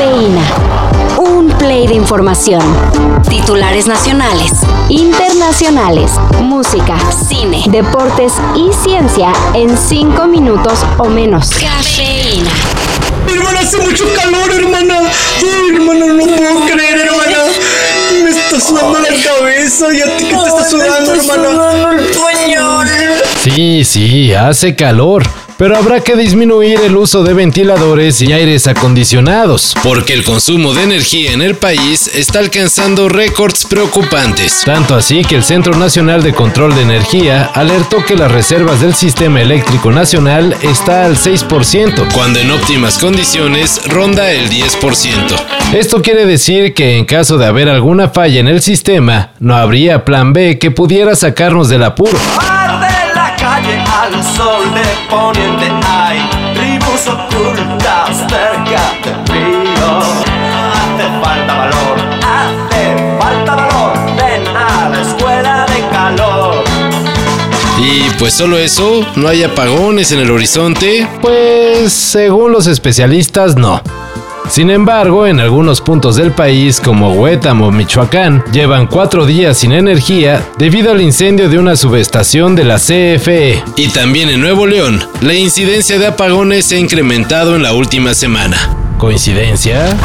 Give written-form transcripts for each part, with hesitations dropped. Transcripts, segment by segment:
Cafeína. Un play de información. Titulares nacionales, internacionales, música, cine, deportes y ciencia en 5 minutos o menos. Cafeína. Hermana, hace mucho calor, hermana. Ay, hermana, no puedo creer, hermana. Me está sudando la cabeza. ¿Y a ti qué te está sudando, hermana? Sí, hace calor. Pero habrá que disminuir el uso de ventiladores y aires acondicionados, porque el consumo de energía en el país está alcanzando récords preocupantes. Tanto así que el Centro Nacional de Control de Energía alertó que las reservas del Sistema Eléctrico Nacional está al 6%, cuando en óptimas condiciones ronda el 10%. Esto quiere decir que en caso de haber alguna falla en el sistema, no habría plan B que pudiera sacarnos del apuro. Al sol de poniente hay tribus ocultas cerca del río. Hace falta valor, ven a la escuela de calor. Y pues solo eso, ¿no hay apagones en el horizonte? Pues según los especialistas no. Sin embargo, en algunos puntos del país, como Huétamo, Michoacán, llevan 4 días sin energía debido al incendio de una subestación de la CFE. Y también en Nuevo León, la incidencia de apagones se ha incrementado en la última semana. ¿Coincidencia?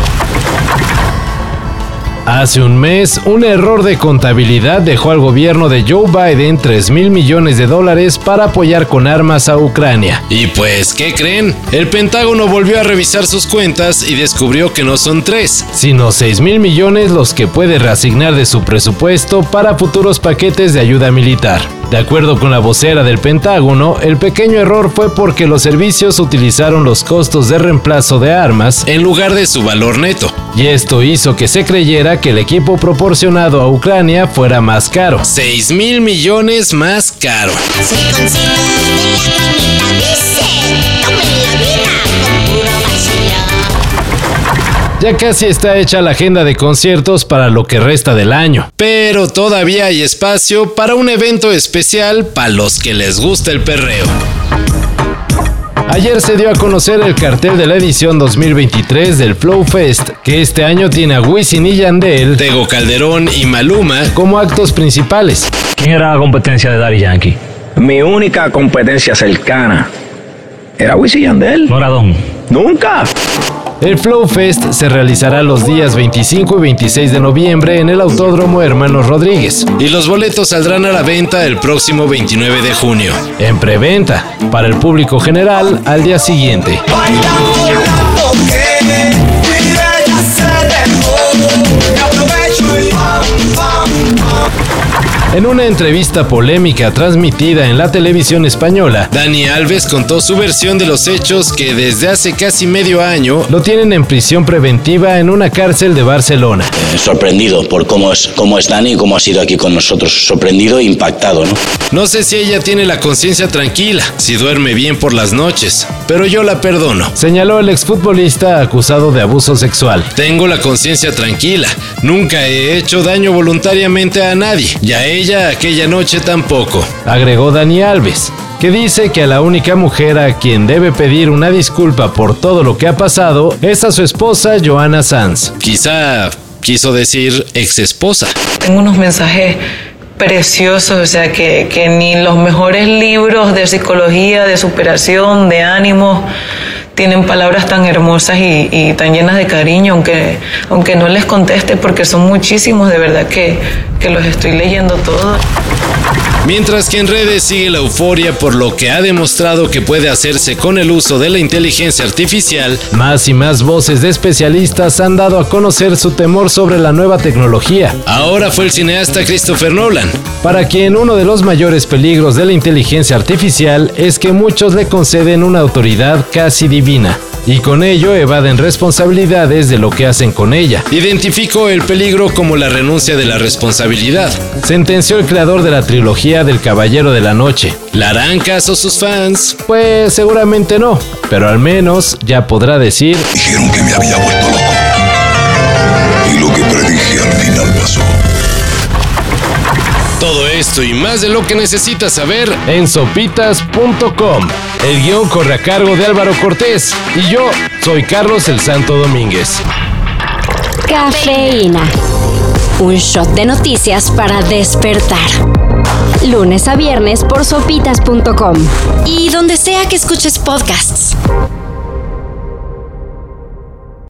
Hace un mes, un error de contabilidad dejó al gobierno de Joe Biden $3,000 millones para apoyar con armas a Ucrania. Y pues, ¿qué creen? El Pentágono volvió a revisar sus cuentas y descubrió que no son 3, sino $6,000 millones los que puede reasignar de su presupuesto para futuros paquetes de ayuda militar. De acuerdo con la vocera del Pentágono, el pequeño error fue porque los servicios utilizaron los costos de reemplazo de armas en lugar de su valor neto. Y esto hizo que se creyera que el equipo proporcionado a Ucrania fuera más caro. $6,000 millones más caro. Ya casi está hecha la agenda de conciertos para lo que resta del año. Pero todavía hay espacio para un evento especial para los que les gusta el perreo. Ayer se dio a conocer el cartel de la edición 2023 del Flow Fest, que este año tiene a Wisin y Yandel, Tego Calderón y Maluma como actos principales. ¿Quién era la competencia de Daddy Yankee? Mi única competencia cercana era Wisin y Yandel. ¿No era Don? ¡Nunca! El Flow Fest se realizará los días 25 y 26 de noviembre en el Autódromo Hermanos Rodríguez, y los boletos saldrán a la venta el próximo 29 de junio, en preventa, para el público general al día siguiente. En una entrevista polémica transmitida en la televisión española, Dani Alves contó su versión de los hechos que desde hace casi medio año lo tienen en prisión preventiva en una cárcel de Barcelona. Sorprendido por cómo es Dani y cómo ha sido aquí con nosotros. Sorprendido e impactado, ¿no? No sé si ella tiene la conciencia tranquila, si duerme bien por las noches, pero yo la perdono, señaló el exfutbolista acusado de abuso sexual. Tengo la conciencia tranquila, nunca he hecho daño voluntariamente a nadie, y a ella aquella noche tampoco, agregó Dani Alves, que dice que a la única mujer a quien debe pedir una disculpa por todo lo que ha pasado es a su esposa Johanna Sanz. Quizá quiso decir exesposa. Tengo unos mensajes preciosos, o sea, que ni los mejores libros de psicología, de superación, de ánimo tienen palabras tan hermosas y tan llenas de cariño, aunque no les conteste porque son muchísimos, de verdad que los estoy leyendo todos. Mientras que en redes sigue la euforia por lo que ha demostrado que puede hacerse con el uso de la inteligencia artificial, más y más voces de especialistas han dado a conocer su temor sobre la nueva tecnología. Ahora fue el cineasta Christopher Nolan, para quien uno de los mayores peligros de la inteligencia artificial es que muchos le conceden una autoridad casi divina, y con ello evaden responsabilidades de lo que hacen con ella. Identificó el peligro como la renuncia de la responsabilidad, sentenció el creador de la trilogía del Caballero de la Noche. ¿Le harán caso sus fans? Pues seguramente no, pero al menos ya podrá decir: dijeron que me había vuelto loco, y lo que predije al final pasó. Todo esto y más de lo que necesitas saber en sopitas.com. El guión corre a cargo de Álvaro Cortés y yo soy Carlos el Santo Domínguez. Cafeína. Un shot de noticias para despertar. Lunes a viernes por sopitas.com. Y donde sea que escuches podcasts.